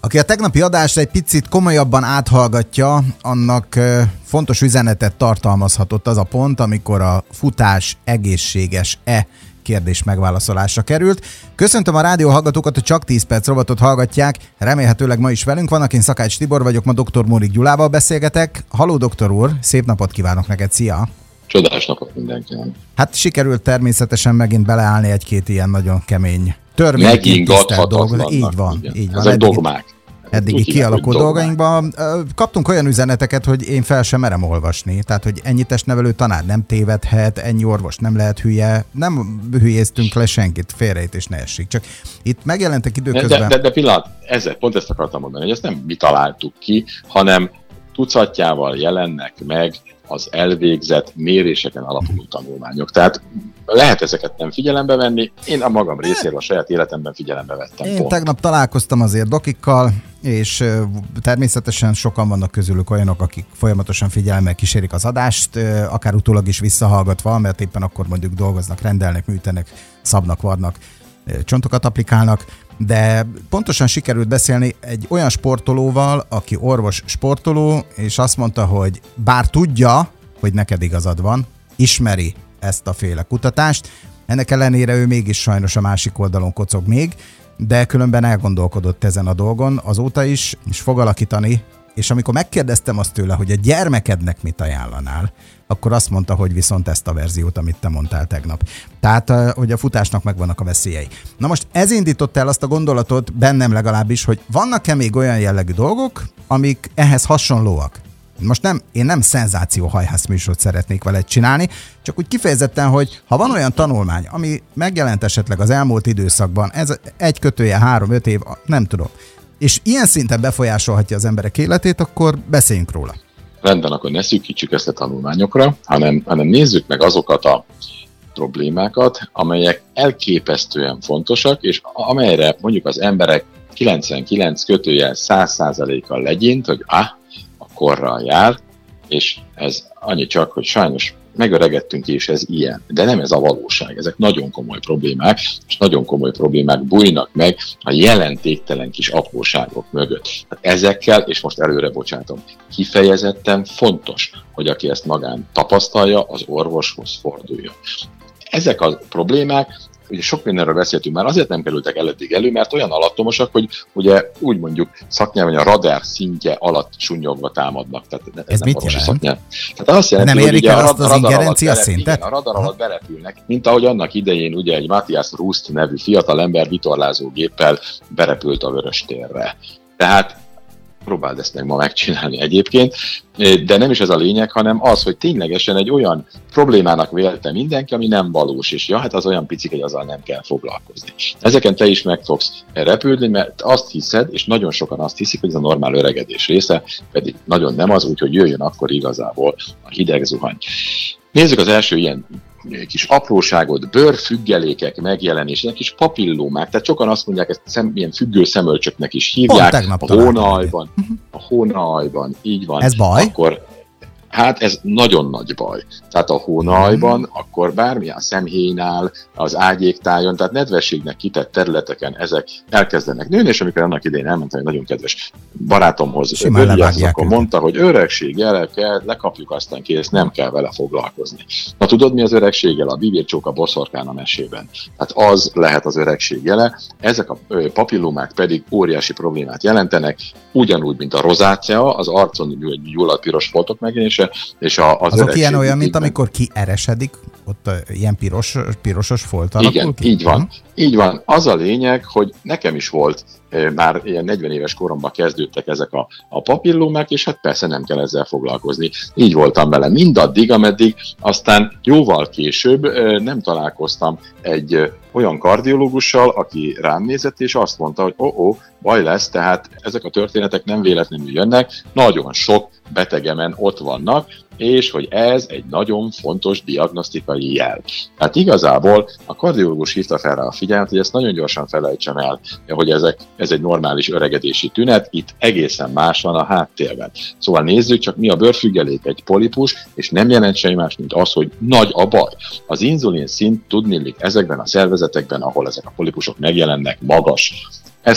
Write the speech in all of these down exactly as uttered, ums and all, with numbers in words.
Aki a tegnapi adást egy picit komolyabban áthallgatja, annak fontos üzenetet tartalmazhatott az a pont, amikor a futás egészséges-e kérdés megválaszolásra került. Köszöntöm a rádió hallgatókat, hogy csak tíz perc robotot hallgatják, remélhetőleg ma is velünk vannak. Én Szakács Tibor vagyok, ma doktor Mórik Gyulával beszélgetek. Halló doktor úr, szép napot kívánok neked, szia! Csodás napot mindenkinek! Hát sikerült természetesen megint beleállni egy-két ilyen nagyon kemény törvényként tisztelt dolgot. Így van, igen. így van. Ezek Eddig, dogmák. Eddigi kialakult dolgainkban. Kaptunk olyan üzeneteket, hogy én fel sem merem olvasni. Tehát, hogy ennyi testnevelő tanár nem tévedhet, ennyi orvos nem lehet hülye. Nem hülyéztünk le senkit, félrejtés ne essék. Csak itt megjelentek időközben... De, de, de pillanat, ezzel, pont ezt akartam mondani, hogy ezt nem mi találtuk ki, hanem tucatjával jelennek meg az elvégzett méréseken alapuló tanulmányok. Tehát lehet ezeket nem figyelembe venni, én a magam részéről a saját életemben figyelembe vettem. Én pont. tegnap találkoztam azért dokikkal, és természetesen sokan vannak közülük olyanok, akik folyamatosan figyelemmel kísérik az adást, akár utólag is visszahallgatva, mert éppen akkor mondjuk dolgoznak, rendelnek, műtenek, szabnak, varnak, csontokat applikálnak, de pontosan sikerült beszélni egy olyan sportolóval, aki orvos sportoló, és azt mondta, hogy bár tudja, hogy neked igazad van, ismeri ezt a féle kutatást, ennek ellenére ő mégis sajnos a másik oldalon kocog még, de különben elgondolkodott ezen a dolgon azóta is, és fog alakítani, és amikor megkérdeztem azt tőle, hogy a gyermekednek mit ajánlanál, akkor azt mondta, hogy viszont ezt a verziót, amit te mondtál tegnap. Tehát, hogy a futásnak megvannak a veszélyei. Na most ez indított el azt a gondolatot, bennem legalábbis, hogy vannak-e még olyan jellegű dolgok, amik ehhez hasonlóak? Most nem, én nem szenzációhajhász műsort szeretnék veled csinálni, csak úgy kifejezetten, hogy ha van olyan tanulmány, ami megjelent esetleg az elmúlt időszakban, ez egy kötője, három, öt év, nem tudom, és ilyen szinten befolyásolhatja az emberek életét, akkor beszéljünk róla. Rendben, akkor ne szűkítsük ezt a tanulmányokra, hanem, hanem nézzük meg azokat a problémákat, amelyek elképesztően fontosak, és amelyre mondjuk az emberek kilencvenkilenc kötőjel száz százalékkal legyint, hogy ah, a korral jár, és ez annyi csak, hogy sajnos megöregettünk, és ez ilyen. De nem ez a valóság. Ezek nagyon komoly problémák, és nagyon komoly problémák bújnak meg a jelentéktelen kis apróságok mögött. Tehát ezekkel, és most előre bocsátom, kifejezetten fontos, hogy aki ezt magán tapasztalja, az orvoshoz forduljon. Ezek a problémák, ugye sok mindenről beszéltünk, már azért nem kerültek el eddig elő, mert olyan alattomosak, hogy ugye úgy mondjuk szaknyelven a radár szintje alatt sunnyogva támadnak. Tehát ez, ez nem mit jelent? Szaknyelv. Tehát azt jelenti, nem érik el azt az ingerencia berep, szintet? Igen, a radar alatt berepülnek, mint ahogy annak idején ugye egy Matthias Rust nevű fiatalember vitorlázógéppel berepült a Vöröstérre. Tehát próbáld ezt meg ma megcsinálni egyébként, de nem is ez a lényeg, hanem az, hogy ténylegesen egy olyan problémának vélte mindenki, ami nem valós, és ja, hát az olyan picik, hogy azzal nem kell foglalkozni. Ezeken te is meg fogsz repülni, mert azt hiszed, és nagyon sokan azt hiszik, hogy ez a normál öregedés része, pedig nagyon nem az, úgyhogy jöjjön akkor igazából a hideg zuhany. Nézzük az első ilyen kis apróságot, bőrfüggelékek megjelenésének, kis papillómák, tehát sokan azt mondják, ezt szem, ilyen függő szemölcsöknek is hívják, a hónajban, a hónajban, így van. Ez baj? Akkor, hát ez nagyon nagy baj. Tehát a hónajban, hmm. akkor bármilyen a szemhéjnál, az ágyéktájon, tehát nedvességnek kitett területeken ezek elkezdenek nőni, és amikor annak idején elmentem egy nagyon kedves barátomhoz, akkor mondta, hogy öregség jele kell, lekapjuk, aztán kész, nem kell vele foglalkozni. Na tudod, mi az öregség jele? A bibércsóka boszorkán a mesében. Tehát az lehet az öregség jele, ezek a papillomák pedig óriási problémát jelentenek, ugyanúgy, mint a rozácea, az arcon gyulladt piros foltok megjelenése, és a, az azok ilyen olyan, mint amikor kieresedik, ott ilyen piros, pirosos folt alakul igen, ki? így van. Így van. Az a lényeg, hogy nekem is volt, már ilyen negyven éves koromban kezdődtek ezek a, a papillomák, és hát persze nem kell ezzel foglalkozni. Így voltam vele mindaddig, ameddig aztán jóval később nem találkoztam egy olyan kardiológussal, aki rám nézett, és azt mondta, hogy ó, oh, oh, baj lesz, tehát ezek a történetek nem véletlenül jönnek, nagyon sok betegemen ott vannak, és hogy ez egy nagyon fontos diagnosztikai jel. Tehát igazából a kardiológus hívta fel rá a figyelmet, hogy ezt nagyon gyorsan felejtsem el, hogy ezek, ez egy normális öregedési tünet, itt egészen más van a háttérben. Szóval nézzük csak, mi a bőrfüggelék, egy polipus, és nem jelent semmi más, mint az, hogy nagy a baj. Az inzulin szint tudniillik ezekben a szervezetekben, ahol ezek a polipusok megjelennek, magas. Ezt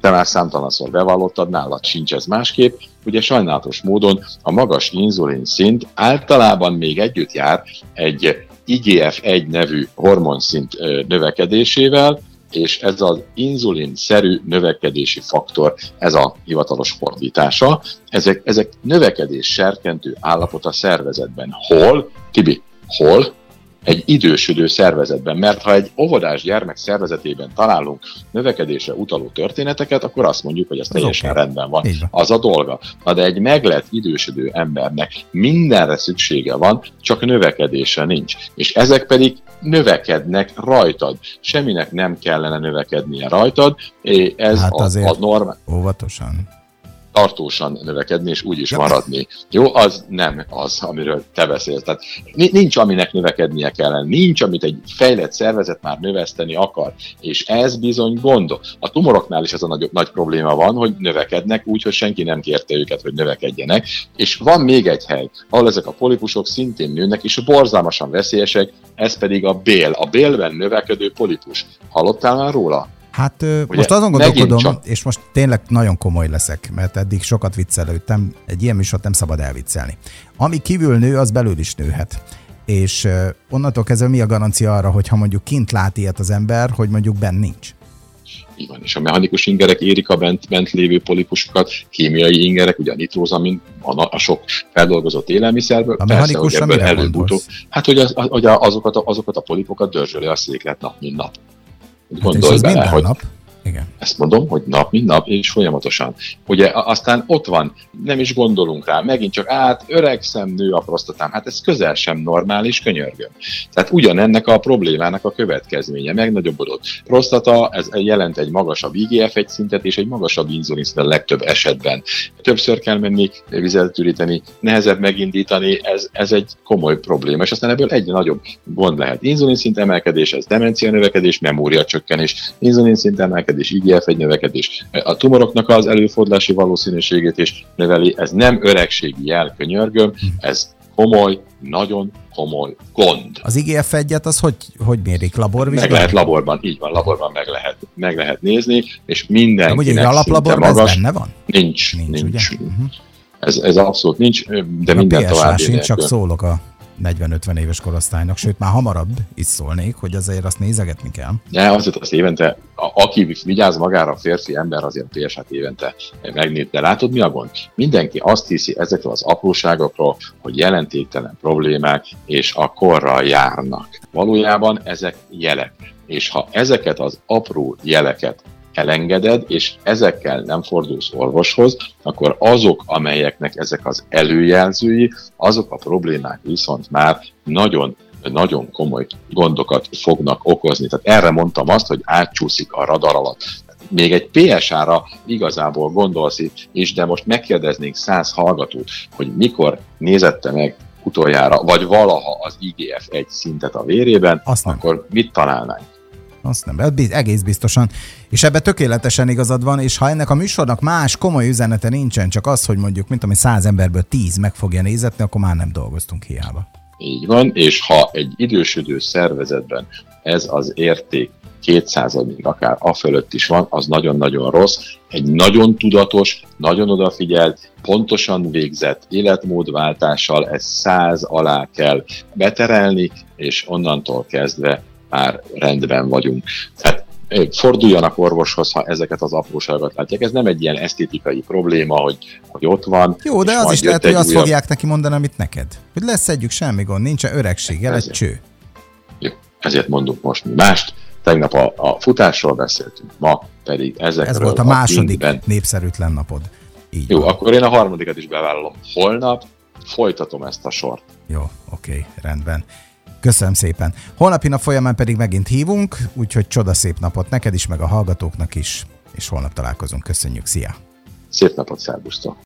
te már számtalanszor bevallottad, nálad sincs ez másképp. Ugye sajnálatos módon a magas inzulin szint általában még együtt jár egy I G F egy nevű hormonszint növekedésével, és ez az inzulin-szerű növekedési faktor, ez a hivatalos fordítása. Ezek, ezek növekedés serkentő állapot a szervezetben. Hol? Tibi, hol? Egy idősödő szervezetben, mert ha egy óvodás gyermek szervezetében találunk növekedésre utaló történeteket, akkor azt mondjuk, hogy ez teljesen okay. rendben van. Az a dolga. Na de egy meglett idősödő embernek mindenre szüksége van, csak növekedésre nincs. És ezek pedig növekednek rajtad. Semminek nem kellene növekednie rajtad. Ez hát a, azért a normál. Óvatosan. Tartósan növekedni, és úgy is maradni. Jó, az nem az, amiről te beszélsz. Tehát nincs, aminek növekednie kellene. Nincs, amit egy fejlett szervezet már növeszteni akar. És ez bizony gond. A tumoroknál is ez a nagy, nagy probléma van, hogy növekednek úgy, hogy senki nem kérte őket, hogy növekedjenek. És van még egy hely, ahol ezek a polipusok szintén nőnek, és borzalmasan veszélyesek, ez pedig a bél. A bélben növekedő polipus. Hallottál már róla? Hát ugye, most azon gondolkodom, és most tényleg nagyon komoly leszek, mert eddig sokat viccelődtem, egy ilyen műsort nem szabad elviccelni. Ami kívül nő, az belül is nőhet. És uh, onnantól kezdve mi a garancia arra, hogy ha mondjuk kint lát ilyet az ember, hogy mondjuk benn nincs? Így van, és a mechanikus ingerek érik a bent, bent lévő polipusokat, kémiai ingerek, ugye a nitrózamin, a, a sok feldolgozott élelmiszerből. A mechanikusra mire előbb-utóbb. Hát, hogy, az, hogy azokat, a, azokat a polipokat dörzsöli a széklet nap, mint nap. Gondolj hát bele, hogy nap. Igen. Ezt mondom, hogy nap, mint nap, és folyamatosan. Ugye aztán ott van, nem is gondolunk rá, megint csak át, öregszem, nő a prostatám. Hát ez közel sem normális, könyörgöm. Tehát ugyanennek a problémának a következménye, megnagyobbodott prostata, ez jelent egy magasabb I G F egy szintet és egy magasabb inzulin szintet a legtöbb esetben. Többször kell menni, vizet üríteni, nehezebb megindítani, ez, ez egy komoly probléma, és aztán ebből egyre nagyobb gond lehet. Inzulin szint emelkedés, ez demencia növekedés, memória csökkenés, inzulin szint emelkedés, I G F egy növekedés. A tumoroknak az előfordulási valószínűségét is növeli, ez nem öregségi jel, könyörgöm, ez komoly, nagyon komoly gond. Az I G F egyet az hogy, hogy mérik? Laborvizsgálat? Meg lehet laborban, így van, laborban meg lehet, meg lehet nézni, és mindenkinek szinte alaplaborban magas. Ez benne van? Nincs, nincs. nincs. Uh-huh. Ez, ez abszolút nincs, de minden további nélkül. Csak szólok a negyven-ötven éves korosztálynak, sőt már hamarabb is szólnék, hogy azért azt nézegetni kell. De azért azt évente, a, aki vigyáz magára, a férfi ember azért P S H-t évente megnéz. De látod, mi a gond? Mindenki azt hiszi ezekről az apróságokról, hogy jelentéktelen problémák és a korral járnak. Valójában ezek jelek. És ha ezeket az apró jeleket elengeded, és ezekkel nem fordulsz orvoshoz, akkor azok, amelyeknek ezek az előjelzői, azok a problémák viszont már nagyon nagyon komoly gondokat fognak okozni. Tehát erre mondtam azt, hogy átcsúszik a radar alatt. Még egy P S H-ra igazából gondolsz is, de most megkérdeznénk száz hallgatót, hogy mikor nézette meg utoljára, vagy valaha az I G F egy szintet a vérében, akkor mit találnánk? Azt nem, egész biztosan. És ebben tökéletesen igazad van, és ha ennek a műsornak más komoly üzenete nincsen, csak az, hogy mondjuk, mint ami száz emberből tíz meg fogja nézetni, akkor már nem dolgoztunk hiába. Így van, és ha egy idősödő szervezetben ez az érték kétszázadig, akár a fölött is van, az nagyon-nagyon rossz. Egy nagyon tudatos, nagyon odafigyelt, pontosan végzett életmódváltással ezt száz alá kell beterelni, és onnantól kezdve már rendben vagyunk. Tehát forduljanak orvoshoz, ha ezeket az apróságokat látják. Ez nem egy ilyen esztétikai probléma, hogy, hogy ott van. Jó, de az is lehet, hogy azt újabb... fogják neki mondani, amit neked. Hogy leszedjük, semmi gond, nincs öregség, el egy cső. Jó, ezért mondunk most mi mást. Tegnap a, a futásról beszéltünk, ma pedig ezekről. Ez volt a, a második kintben... népszerűtlen napod. Így Jó, van. Akkor én a harmadikat is bevállalom. Holnap folytatom ezt a sort. Jó, oké, rendben. Köszönöm szépen. Holnapi nap folyamán pedig megint hívunk, úgyhogy csodaszép napot neked is, meg a hallgatóknak is, és holnap találkozunk. Köszönjük, szia! Szép napot, szervusztok!